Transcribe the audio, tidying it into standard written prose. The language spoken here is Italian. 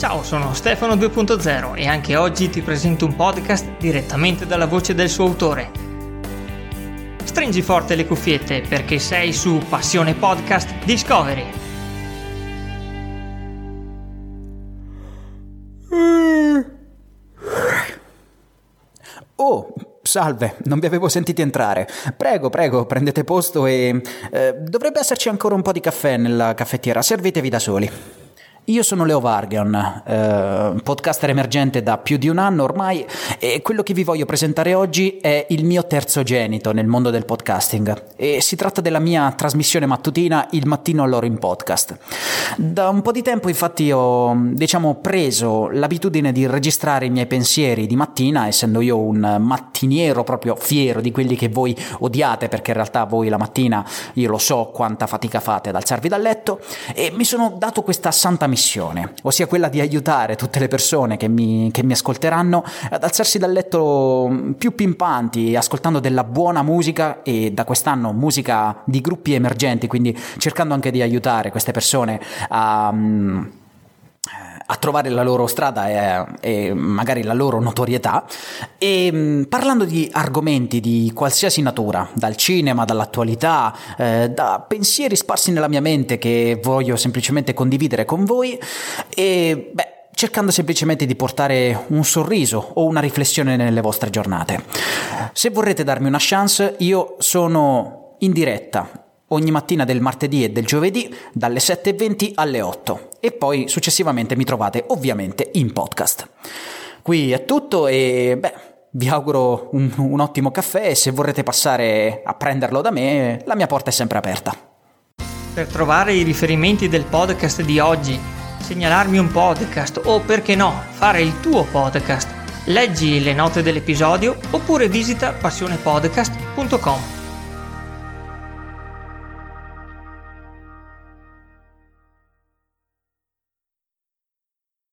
Ciao, sono Stefano 2.0 e anche oggi ti presento un podcast direttamente dalla voce del suo autore. Stringi forte le cuffiette perché sei su Passione Podcast Discovery. Oh, salve, non vi avevo sentiti entrare. Prego, prendete posto e... dovrebbe esserci ancora un po' di caffè nella caffettiera, servitevi da soli. Io sono Leo Vargion, podcaster emergente da più di un anno ormai, e quello che vi voglio presentare oggi è il mio terzogenito nel mondo del podcasting, e si tratta della mia trasmissione mattutina Il Mattino all'Oro in Podcast. Da un po' di tempo infatti ho, preso l'abitudine di registrare i miei pensieri di mattina, essendo io un mattiniero proprio fiero di quelli che voi odiate, perché in realtà voi la mattina, io lo so quanta fatica fate ad alzarvi dal letto, e mi sono dato questa santa missione, ossia quella di aiutare tutte le persone che mi ascolteranno ad alzarsi dal letto più pimpanti, ascoltando della buona musica, e da quest'anno musica di gruppi emergenti, quindi cercando anche di aiutare queste persone a trovare la loro strada e magari la loro notorietà, e parlando di argomenti di qualsiasi natura, dal cinema, dall'attualità, da pensieri sparsi nella mia mente che voglio semplicemente condividere con voi, e cercando semplicemente di portare un sorriso o una riflessione nelle vostre giornate. Se vorrete darmi una chance, io sono in diretta ogni mattina del martedì e del giovedì dalle 7:20 alle 8, e poi successivamente mi trovate ovviamente in podcast. Qui è tutto e vi auguro un ottimo caffè, e se vorrete passare a prenderlo da me, la mia porta è sempre aperta. Per trovare i riferimenti del podcast di oggi, segnalarmi un podcast o, perché no, fare il tuo podcast, leggi le note dell'episodio oppure visita passionepodcast.com.